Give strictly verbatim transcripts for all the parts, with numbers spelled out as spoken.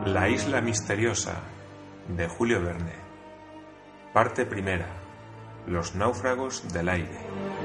La isla misteriosa de Julio Verne. Parte primera. Los náufragos del aire.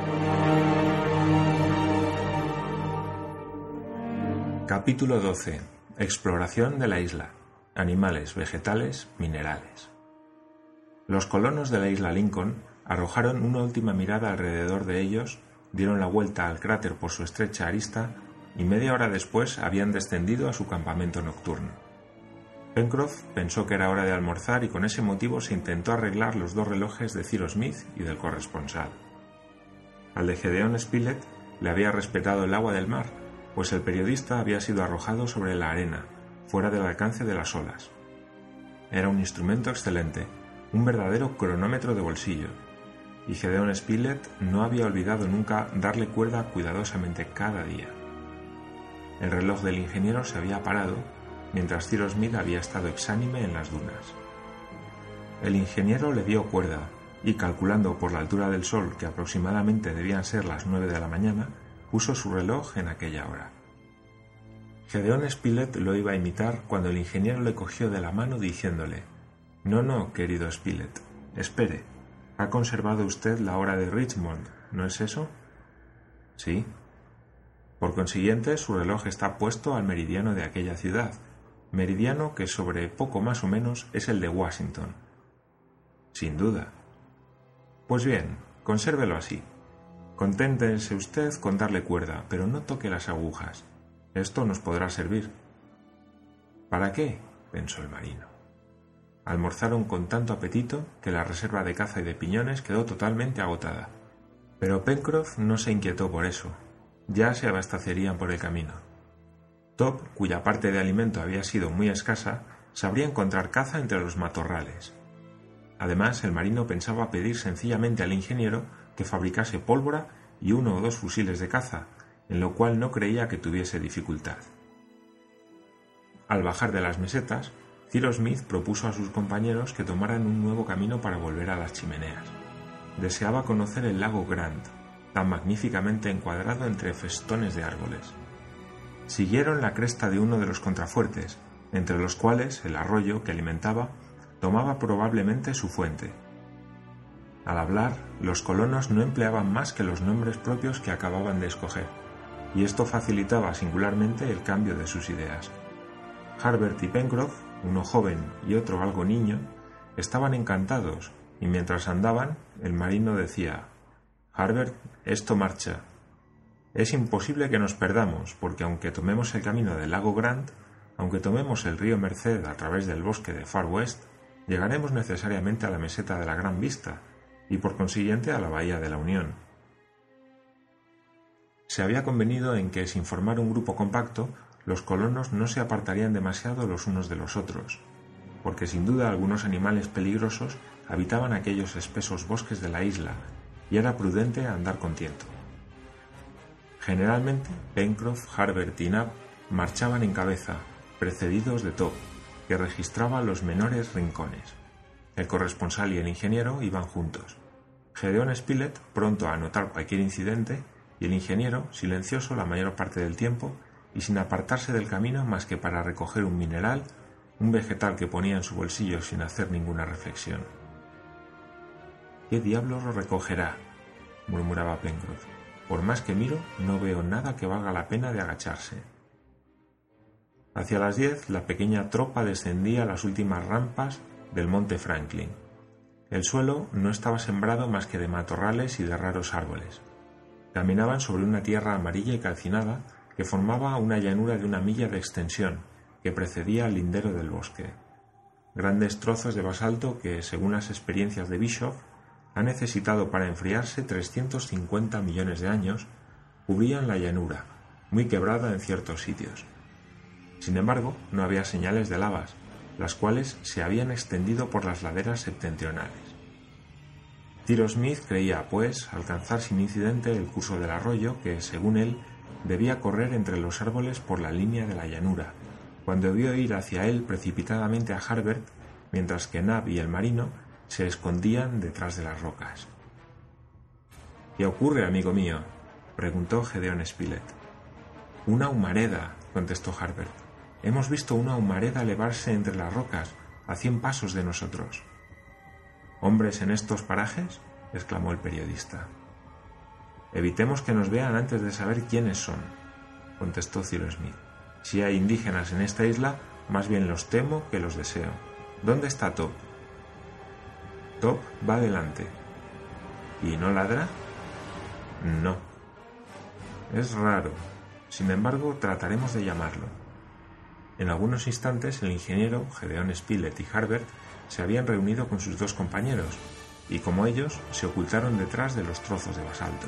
Capítulo doce. Exploración de la isla. Animales, vegetales, minerales. Los colonos de la isla Lincoln arrojaron una última mirada alrededor de ellos, dieron la vuelta al cráter por su estrecha arista y media hora después habían descendido a su campamento nocturno. Pencroff pensó que era hora de almorzar y con ese motivo se intentó arreglar los dos relojes de Cyrus Smith y del corresponsal. Al de Gedeón Spilett le había respetado el agua del mar, pues el periodista había sido arrojado sobre la arena, fuera del alcance de las olas. Era un instrumento excelente, un verdadero cronómetro de bolsillo, y Gedeón Spilett no había olvidado nunca darle cuerda cuidadosamente cada día. El reloj del ingeniero se había parado, mientras Cyrus Smith había estado exánime en las dunas. El ingeniero le dio cuerda, y calculando por la altura del sol que aproximadamente debían ser las nueve de la mañana, puso su reloj en aquella hora. Gedeón Spilett lo iba a imitar cuando el ingeniero le cogió de la mano diciéndole: «No, no, querido Spilett, espere. Ha conservado usted la hora de Richmond, ¿no es eso?» «Sí». «Por consiguiente, su reloj está puesto al meridiano de aquella ciudad, meridiano que sobre poco más o menos es el de Washington». «Sin duda». «Pues bien, consérvelo así. Conténtese usted con darle cuerda, pero no toque las agujas. Esto nos podrá servir». «¿Para qué?», pensó el marino. Almorzaron con tanto apetito que la reserva de caza y de piñones quedó totalmente agotada. Pero Pencroff no se inquietó por eso. Ya se abastecerían por el camino. Top, cuya parte de alimento había sido muy escasa, sabría encontrar caza entre los matorrales. Además, el marino pensaba pedir sencillamente al ingeniero que fabricase pólvora y uno o dos fusiles de caza, en lo cual no creía que tuviese dificultad. Al bajar de las mesetas, Cyrus Smith propuso a sus compañeros que tomaran un nuevo camino para volver a las chimeneas. Deseaba conocer el lago Grant, tan magníficamente encuadrado entre festones de árboles. Siguieron la cresta de uno de los contrafuertes, entre los cuales el arroyo que alimentaba tomaba probablemente su fuente. Al hablar, los colonos no empleaban más que los nombres propios que acababan de escoger, y esto facilitaba singularmente el cambio de sus ideas. Harbert y Pencroff, uno joven y otro algo niño, estaban encantados, y mientras andaban, el marino decía: «Harbert, esto marcha. Es imposible que nos perdamos, porque aunque tomemos el camino del lago Grant, aunque tomemos el río Merced a través del bosque de Far West, llegaremos necesariamente a la meseta de la Gran Vista, y por consiguiente a la bahía de la Unión». Se había convenido en que, sin formar un grupo compacto, los colonos no se apartarían demasiado los unos de los otros, porque sin duda algunos animales peligrosos habitaban aquellos espesos bosques de la isla, y era prudente andar con tiento. Generalmente, Pencroff, Harbert y Nab marchaban en cabeza, precedidos de Top, que registraba los menores rincones. El corresponsal y el ingeniero iban juntos. Gedeón Spilett pronto a notar cualquier incidente, y el ingeniero silencioso la mayor parte del tiempo y sin apartarse del camino más que para recoger un mineral, un vegetal que ponía en su bolsillo sin hacer ninguna reflexión. «¿Qué diablos lo recogerá?», murmuraba Pencroff. «Por más que miro, no veo nada que valga la pena de agacharse». Hacia las diez, la pequeña tropa descendía las últimas rampas del monte Franklin. El suelo no estaba sembrado más que de matorrales y de raros árboles. Caminaban sobre una tierra amarilla y calcinada que formaba una llanura de una milla de extensión que precedía al lindero del bosque. Grandes trozos de basalto que, según las experiencias de Bischoff, ha necesitado para enfriarse trescientos cincuenta millones de años, cubrían la llanura, muy quebrada en ciertos sitios. Sin embargo, no había señales de lavas, las cuales se habían extendido por las laderas septentrionales. Cyrus Smith creía, pues, alcanzar sin incidente el curso del arroyo que, según él, debía correr entre los árboles por la línea de la llanura, cuando vio ir hacia él precipitadamente a Harbert, mientras que Nab y el marino se escondían detrás de las rocas. «¿Qué ocurre, amigo mío?», preguntó Gedeón Spilett. «Una humareda», contestó Harbert. hemos visto una humareda elevarse entre las rocas, a cien pasos de nosotros. ¿Hombres en estos parajes?, exclamó el periodista. Evitemos que nos vean antes de saber quiénes son, contestó Cyrus Smith. Si hay indígenas en esta isla, más bien los temo que los deseo. ¿Dónde está Top? Top va adelante. ¿Y no ladra? No. Es raro. Sin embargo, trataremos de llamarlo. En algunos instantes, el ingeniero, Gedeón Spilett y Harbert se habían reunido con sus dos compañeros, y como ellos, se ocultaron detrás de los trozos de basalto.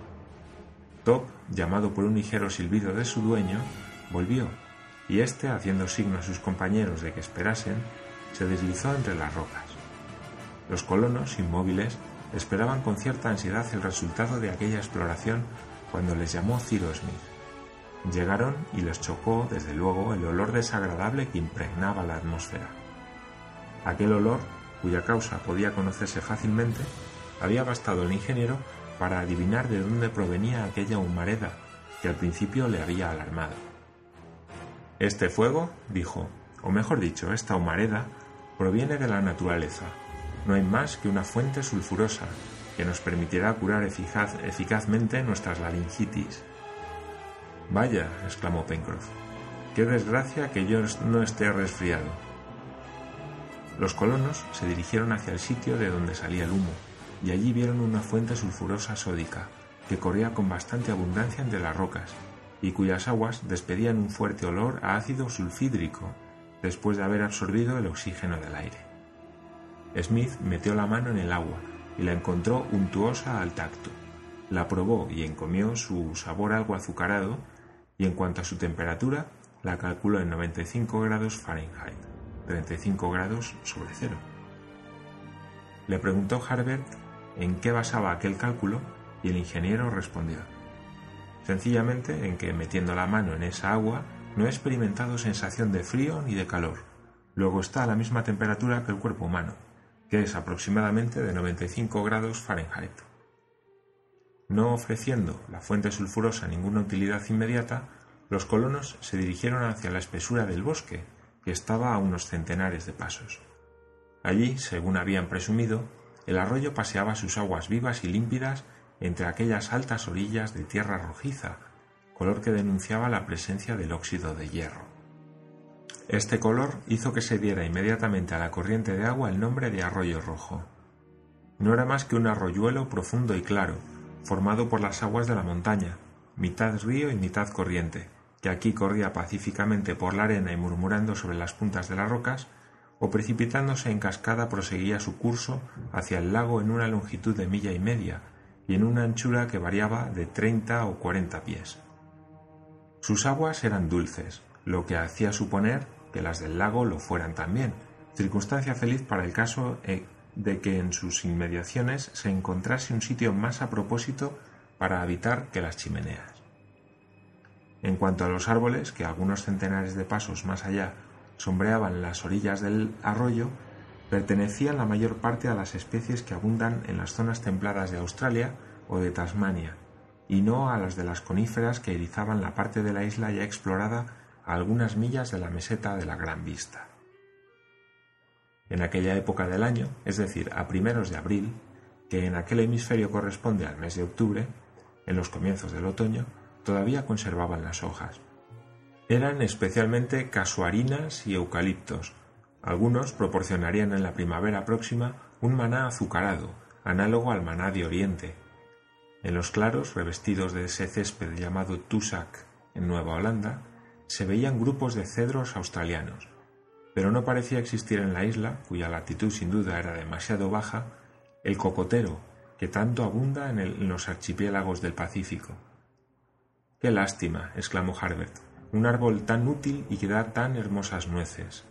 Top, llamado por un ligero silbido de su dueño, volvió, y éste, haciendo signo a sus compañeros de que esperasen, se deslizó entre las rocas. Los colonos, inmóviles, esperaban con cierta ansiedad el resultado de aquella exploración cuando les llamó Cyrus Smith. Llegaron y les chocó, desde luego, el olor desagradable que impregnaba la atmósfera. Aquel olor, cuya causa podía conocerse fácilmente, había bastado al ingeniero para adivinar de dónde provenía aquella humareda que al principio le había alarmado. Este fuego, dijo, o mejor dicho, esta humareda, proviene de la naturaleza. No hay más que una fuente sulfurosa que nos permitirá curar eficaz, eficazmente nuestras laringitis. Vaya, exclamó Pencroff, qué desgracia que yo no esté resfriado. Los colonos se dirigieron hacia el sitio de donde salía el humo, y allí vieron una fuente sulfurosa sódica que corría con bastante abundancia entre las rocas y cuyas aguas despedían un fuerte olor a ácido sulfídrico después de haber absorbido el oxígeno del aire. Smith metió la mano en el agua y la encontró untuosa al tacto. La probó y encomió su sabor algo azucarado, y en cuanto a su temperatura, la calculó en noventa y cinco grados Fahrenheit, treinta y cinco grados sobre cero. Le preguntó Harbert en qué basaba aquel cálculo, y el ingeniero respondió: sencillamente en que, metiendo la mano en esa agua, no he experimentado sensación de frío ni de calor. Luego está a la misma temperatura que el cuerpo humano, que es aproximadamente de noventa y cinco grados Fahrenheit. No ofreciendo la fuente sulfurosa ninguna utilidad inmediata, los colonos se dirigieron hacia la espesura del bosque, que estaba a unos centenares de pasos. Allí, según habían presumido, el arroyo paseaba sus aguas vivas y límpidas entre aquellas altas orillas de tierra rojiza, color que denunciaba la presencia del óxido de hierro. Este color hizo que se diera inmediatamente a la corriente de agua el nombre de arroyo rojo. No era más que un arroyuelo profundo y claro, formado por las aguas de la montaña, mitad río y mitad corriente, que aquí corría pacíficamente por la arena y murmurando sobre las puntas de las rocas, o precipitándose en cascada proseguía su curso hacia el lago en una longitud de milla y media y en una anchura que variaba de treinta o cuarenta pies. Sus aguas eran dulces, lo que hacía suponer que las del lago lo fueran también, circunstancia feliz para el caso de que en sus inmediaciones se encontrase un sitio más a propósito para habitar que las chimeneas. En cuanto a los árboles, que algunos centenares de pasos más allá sombreaban las orillas del arroyo, pertenecían la mayor parte a las especies que abundan en las zonas templadas de Australia o de Tasmania, y no a las de las coníferas que erizaban la parte de la isla ya explorada a algunas millas de la meseta de la Gran Vista. En aquella época del año, es decir, a primeros de abril, que en aquel hemisferio corresponde al mes de octubre, en los comienzos del otoño, todavía conservaban las hojas. Eran especialmente casuarinas y eucaliptos. Algunos proporcionarían en la primavera próxima un maná azucarado, análogo al maná de Oriente. En los claros, revestidos de ese césped llamado tussac en Nueva Holanda, se veían grupos de cedros australianos, pero no parecía existir en la isla, cuya latitud sin duda era demasiado baja, el cocotero, que tanto abunda en, el, en los archipiélagos del Pacífico. «¡Qué lástima!», exclamó Harbert, «un árbol tan útil y que da tan hermosas nueces».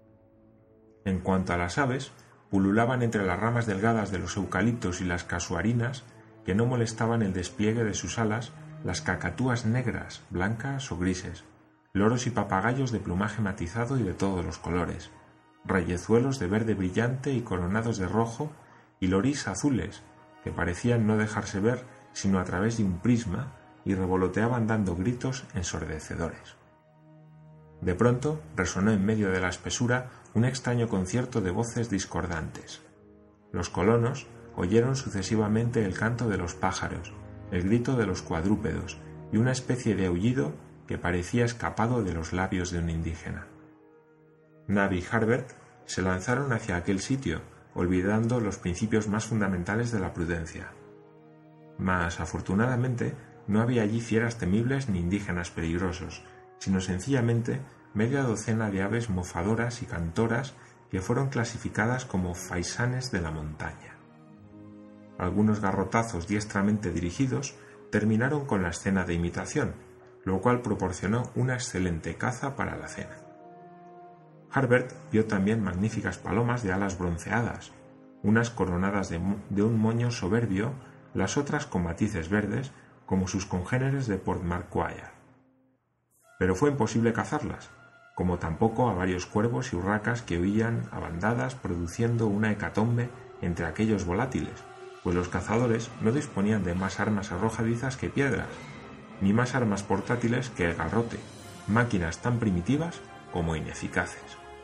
En cuanto a las aves, pululaban entre las ramas delgadas de los eucaliptos y las casuarinas, que no molestaban el despliegue de sus alas, las cacatúas negras, blancas o grises, loros y papagayos de plumaje matizado y de todos los colores, reyezuelos de verde brillante y coronados de rojo, y lorís azules, que parecían no dejarse ver sino a través de un prisma y revoloteaban dando gritos ensordecedores. De pronto resonó en medio de la espesura un extraño concierto de voces discordantes. Los colonos oyeron sucesivamente el canto de los pájaros, el grito de los cuadrúpedos y una especie de aullido que parecía escapado de los labios de un indígena. Nab y Harbert se lanzaron hacia aquel sitio, olvidando los principios más fundamentales de la prudencia. Mas, afortunadamente, no había allí fieras temibles ni indígenas peligrosos, sino sencillamente media docena de aves mofadoras y cantoras que fueron clasificadas como faisanes de la montaña. Algunos garrotazos diestramente dirigidos terminaron con la escena de imitación, lo cual proporcionó una excelente caza para la cena. Harbert vio también magníficas palomas de alas bronceadas, unas coronadas de, de un moño soberbio, las otras con matices verdes, como sus congéneres de Port Macquarie. Pero fue imposible cazarlas, como tampoco a varios cuervos y urracas que huían a bandadas produciendo una hecatombe entre aquellos volátiles, pues los cazadores no disponían de más armas arrojadizas que piedras, ni más armas portátiles que el garrote, máquinas tan primitivas como ineficaces.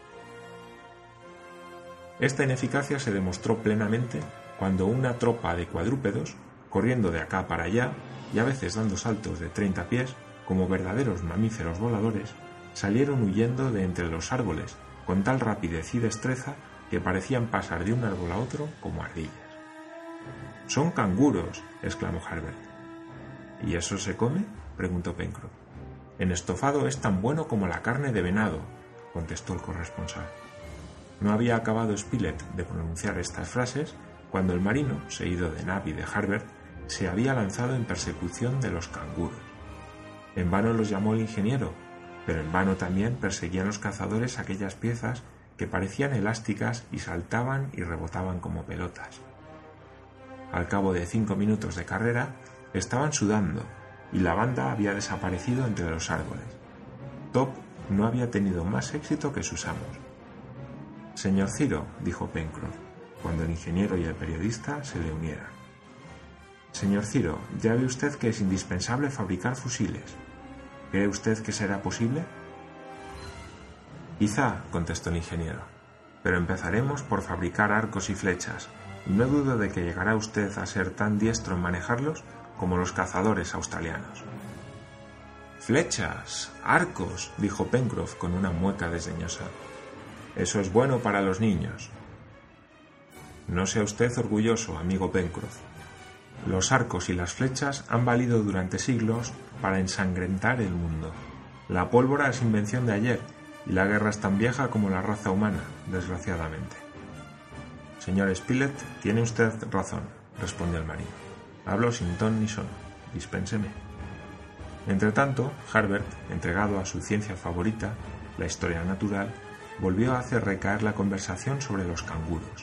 Esta ineficacia se demostró plenamente cuando una tropa de cuadrúpedos, corriendo de acá para allá y a veces dando saltos de treinta pies, como verdaderos mamíferos voladores, salieron huyendo de entre los árboles con tal rapidez y destreza que parecían pasar de un árbol a otro como ardillas. «¡Son canguros!», exclamó Harbert. «¿Y eso se come?», preguntó Pencroff. «En estofado es tan bueno como la carne de venado», contestó el corresponsal. No había acabado Spilett de pronunciar estas frases cuando el marino, seguido de Nab y de Harbert, se había lanzado en persecución de los canguros. En vano los llamó el ingeniero, pero en vano también perseguían los cazadores aquellas piezas que parecían elásticas y saltaban y rebotaban como pelotas. Al cabo de cinco minutos de carrera, estaban sudando y la banda había desaparecido entre los árboles. Top no había tenido más éxito que sus amos. «Señor Ciro», dijo Pencroff, cuando el ingeniero y el periodista se le unieran. «Señor Ciro, ya ve usted que es indispensable fabricar fusiles. ¿Cree usted que será posible?» «Quizá», contestó el ingeniero, «pero empezaremos por fabricar arcos y flechas, y no dudo de que llegará usted a ser tan diestro en manejarlos como los cazadores australianos». «¡Flechas! ¡Arcos!», dijo Pencroff con una mueca desdeñosa. «Eso es bueno para los niños». «No sea usted orgulloso, amigo Pencroff. Los arcos y las flechas han valido durante siglos para ensangrentar el mundo. La pólvora es invención de ayer y la guerra es tan vieja como la raza humana, desgraciadamente». «Señor Spilett, tiene usted razón», respondió el marino. «Hablo sin ton ni son. Dispénseme». Entretanto, Harbert, entregado a su ciencia favorita, la historia natural, volvió a hacer recaer la conversación sobre los canguros.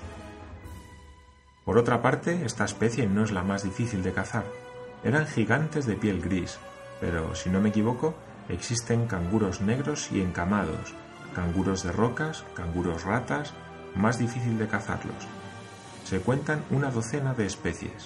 Por otra parte, esta especie no es la más difícil de cazar. Eran gigantes de piel gris, pero, si no me equivoco, existen canguros negros y encamados, canguros de rocas, canguros ratas, más difícil de cazarlos. Se cuentan una docena de especies.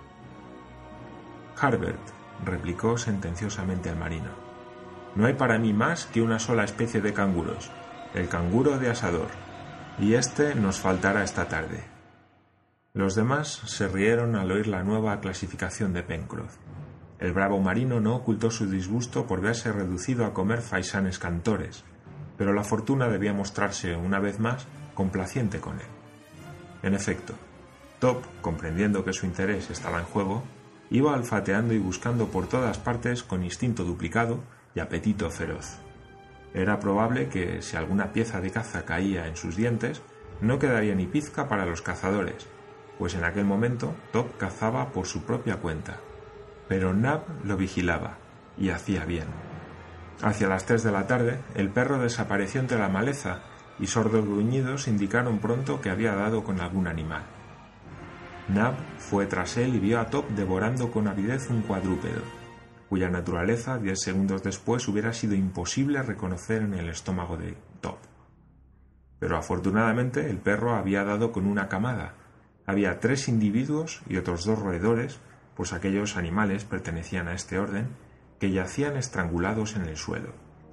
«Harbert», replicó sentenciosamente el marino, «no hay para mí más que una sola especie de canguros, el canguro de asador, y este nos faltará esta tarde». Los demás se rieron al oír la nueva clasificación de Pencroff. El bravo marino no ocultó su disgusto por verse reducido a comer faisanes cantores, pero la fortuna debía mostrarse una vez más complaciente con él. En efecto, Top, comprendiendo que su interés estaba en juego, iba olfateando y buscando por todas partes con instinto duplicado y apetito feroz. Era probable que, si alguna pieza de caza caía en sus dientes, no quedaría ni pizca para los cazadores, pues en aquel momento Top cazaba por su propia cuenta. Pero Nab lo vigilaba, y hacía bien. Hacia las tres de la tarde, el perro desapareció entre la maleza, y sordos gruñidos indicaron pronto que había dado con algún animal. Nab fue tras él y vio a Top devorando con avidez un cuadrúpedo, cuya naturaleza diez segundos después hubiera sido imposible reconocer en el estómago de Top. Pero afortunadamente el perro había dado con una camada. Había tres individuos y otros dos roedores, pues aquellos animales pertenecían a este orden, que yacían estrangulados en el suelo.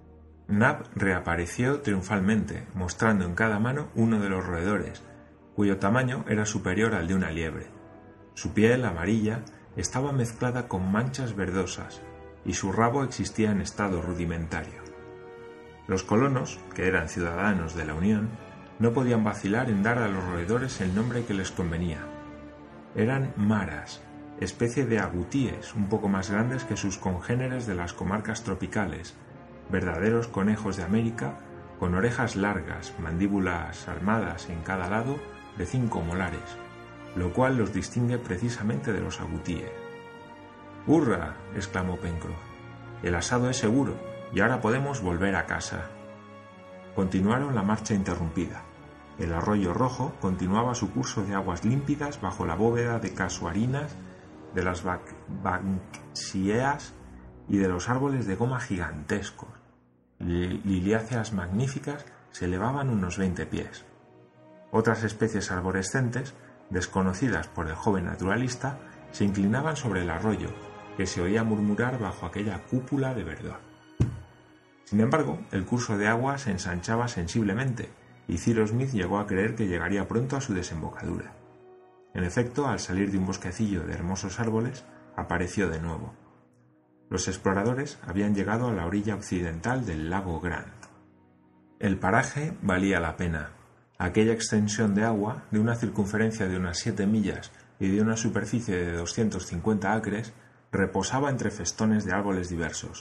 Nab reapareció triunfalmente, mostrando en cada mano uno de los roedores, cuyo tamaño era superior al de una liebre. Su piel, amarilla, estaba mezclada con manchas verdosas, y su rabo existía en estado rudimentario. Los colonos, que eran ciudadanos de la Unión, no podían vacilar en dar a los roedores el nombre que les convenía. Eran maras, especie de agutíes un poco más grandes que sus congéneres de las comarcas tropicales, verdaderos conejos de América, con orejas largas, mandíbulas armadas en cada lado de cinco molares, lo cual los distingue precisamente de los agutíes. ¡Hurra!, exclamó Pencroff. El asado es seguro, y ahora podemos volver a casa. Continuaron la marcha interrumpida. El arroyo rojo continuaba su curso de aguas límpidas bajo la bóveda de casuarinas, de las banksioeas y de los árboles de goma gigantescos. Liliáceas magníficas se elevaban unos veinte pies. Otras especies arborescentes, desconocidas por el joven naturalista, se inclinaban sobre el arroyo, que se oía murmurar bajo aquella cúpula de verdor. Sin embargo, el curso de agua se ensanchaba sensiblemente, y Cyrus Smith llegó a creer que llegaría pronto a su desembocadura. En efecto, al salir de un bosquecillo de hermosos árboles, apareció de nuevo. Los exploradores habían llegado a la orilla occidental del lago Grant. El paraje valía la pena. Aquella extensión de agua, de una circunferencia de unas siete millas y de una superficie de doscientos cincuenta acres, reposaba entre festones de árboles diversos.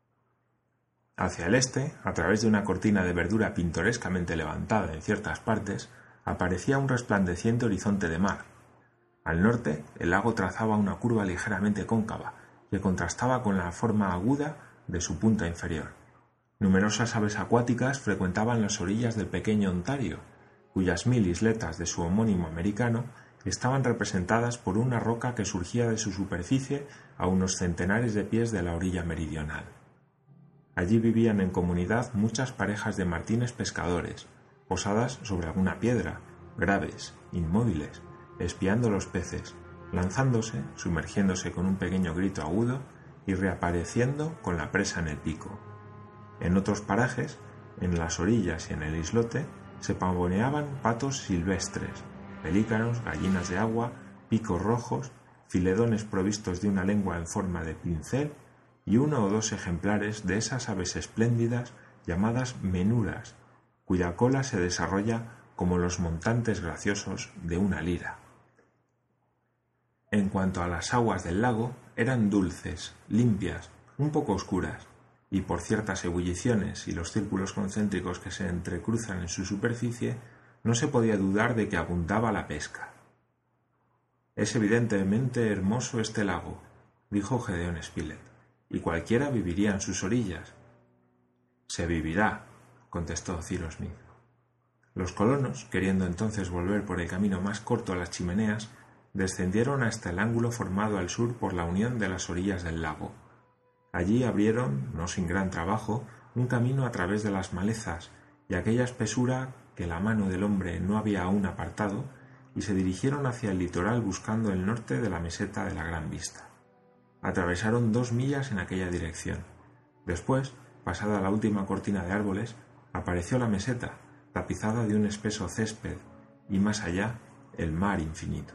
Hacia el este, a través de una cortina de verdura pintorescamente levantada en ciertas partes, aparecía un resplandeciente horizonte de mar. Al norte, el lago trazaba una curva ligeramente cóncava, que contrastaba con la forma aguda de su punta inferior. Numerosas aves acuáticas frecuentaban las orillas del pequeño Ontario, cuyas mil isletas de su homónimo americano estaban representadas por una roca que surgía de su superficie a unos centenares de pies de la orilla meridional. Allí vivían en comunidad muchas parejas de martines pescadores, posadas sobre alguna piedra, graves, inmóviles, espiando los peces, lanzándose, sumergiéndose con un pequeño grito agudo y reapareciendo con la presa en el pico. En otros parajes, en las orillas y en el islote, se pavoneaban patos silvestres, pelícanos, gallinas de agua, picos rojos, filedones provistos de una lengua en forma de pincel y uno o dos ejemplares de esas aves espléndidas llamadas menuras, cuya cola se desarrolla como los montantes graciosos de una lira. En cuanto a las aguas del lago, eran dulces, limpias, un poco oscuras, y por ciertas ebulliciones y los círculos concéntricos que se entrecruzan en su superficie, no se podía dudar de que abundaba la pesca. «Es evidentemente hermoso este lago», dijo Gedeón Spilett, «y cualquiera viviría en sus orillas». «Se vivirá», contestó Cyrus Smith. Los colonos, queriendo entonces volver por el camino más corto a las chimeneas, descendieron hasta el ángulo formado al sur por la unión de las orillas del lago. Allí abrieron, no sin gran trabajo, un camino a través de las malezas y aquella espesura que la mano del hombre no había aún apartado, y se dirigieron hacia el litoral buscando el norte de la meseta de la Gran Vista. Atravesaron dos millas en aquella dirección. Después, pasada la última cortina de árboles, apareció la meseta, tapizada de un espeso césped, y más allá, el mar infinito.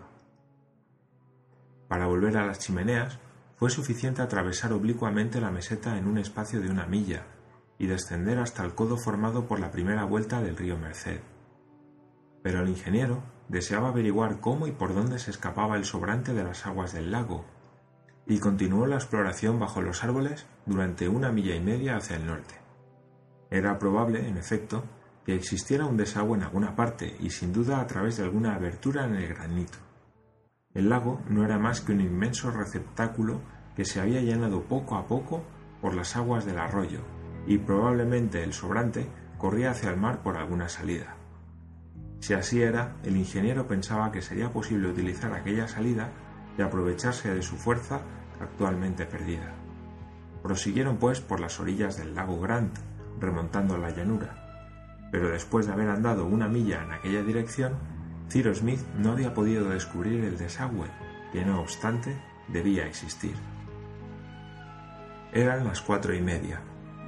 Para volver a las chimeneas, fue suficiente atravesar oblicuamente la meseta en un espacio de una milla y descender hasta el codo formado por la primera vuelta del río Merced. Pero el ingeniero deseaba averiguar cómo y por dónde se escapaba el sobrante de las aguas del lago, y continuó la exploración bajo los árboles durante una milla y media hacia el norte. Era probable, en efecto, que existiera un desagüe en alguna parte y sin duda a través de alguna abertura en el granito. El lago no era más que un inmenso receptáculo que se había llenado poco a poco por las aguas del arroyo, y probablemente el sobrante corría hacia el mar por alguna salida. Si así era, el ingeniero pensaba que sería posible utilizar aquella salida y aprovecharse de su fuerza actualmente perdida. Prosiguieron pues por las orillas del lago Grant, remontando la llanura, pero después de haber andado una milla en aquella dirección, Cyrus Smith no había podido descubrir el desagüe, que no obstante debía existir. Eran las cuatro y media.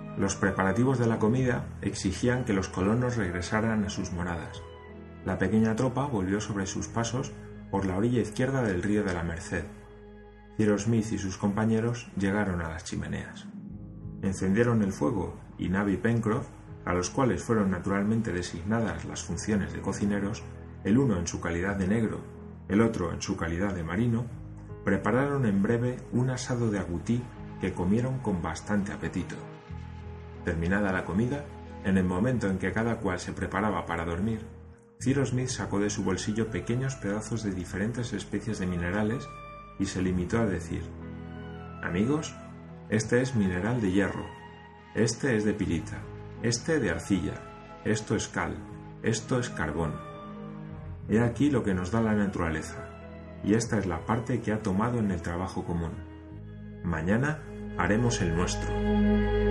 Los preparativos de la comida exigían que los colonos regresaran a sus moradas. La pequeña tropa volvió sobre sus pasos por la orilla izquierda del río de la Merced. Cyrus Smith y sus compañeros llegaron a las chimeneas. Encendieron el fuego y Nab y Pencroff, a los cuales fueron naturalmente designadas las funciones de cocineros, el uno en su calidad de negro, el otro en su calidad de marino, prepararon en breve un asado de agutí que comieron con bastante apetito. Terminada la comida, en el momento en que cada cual se preparaba para dormir, Cyrus Smith sacó de su bolsillo pequeños pedazos de diferentes especies de minerales y se limitó a decir: «Amigos, este es mineral de hierro, este es de pirita, este de arcilla, esto es cal, esto es carbón. He aquí lo que nos da la naturaleza, y esta es la parte que ha tomado en el trabajo común. Mañana haremos el nuestro».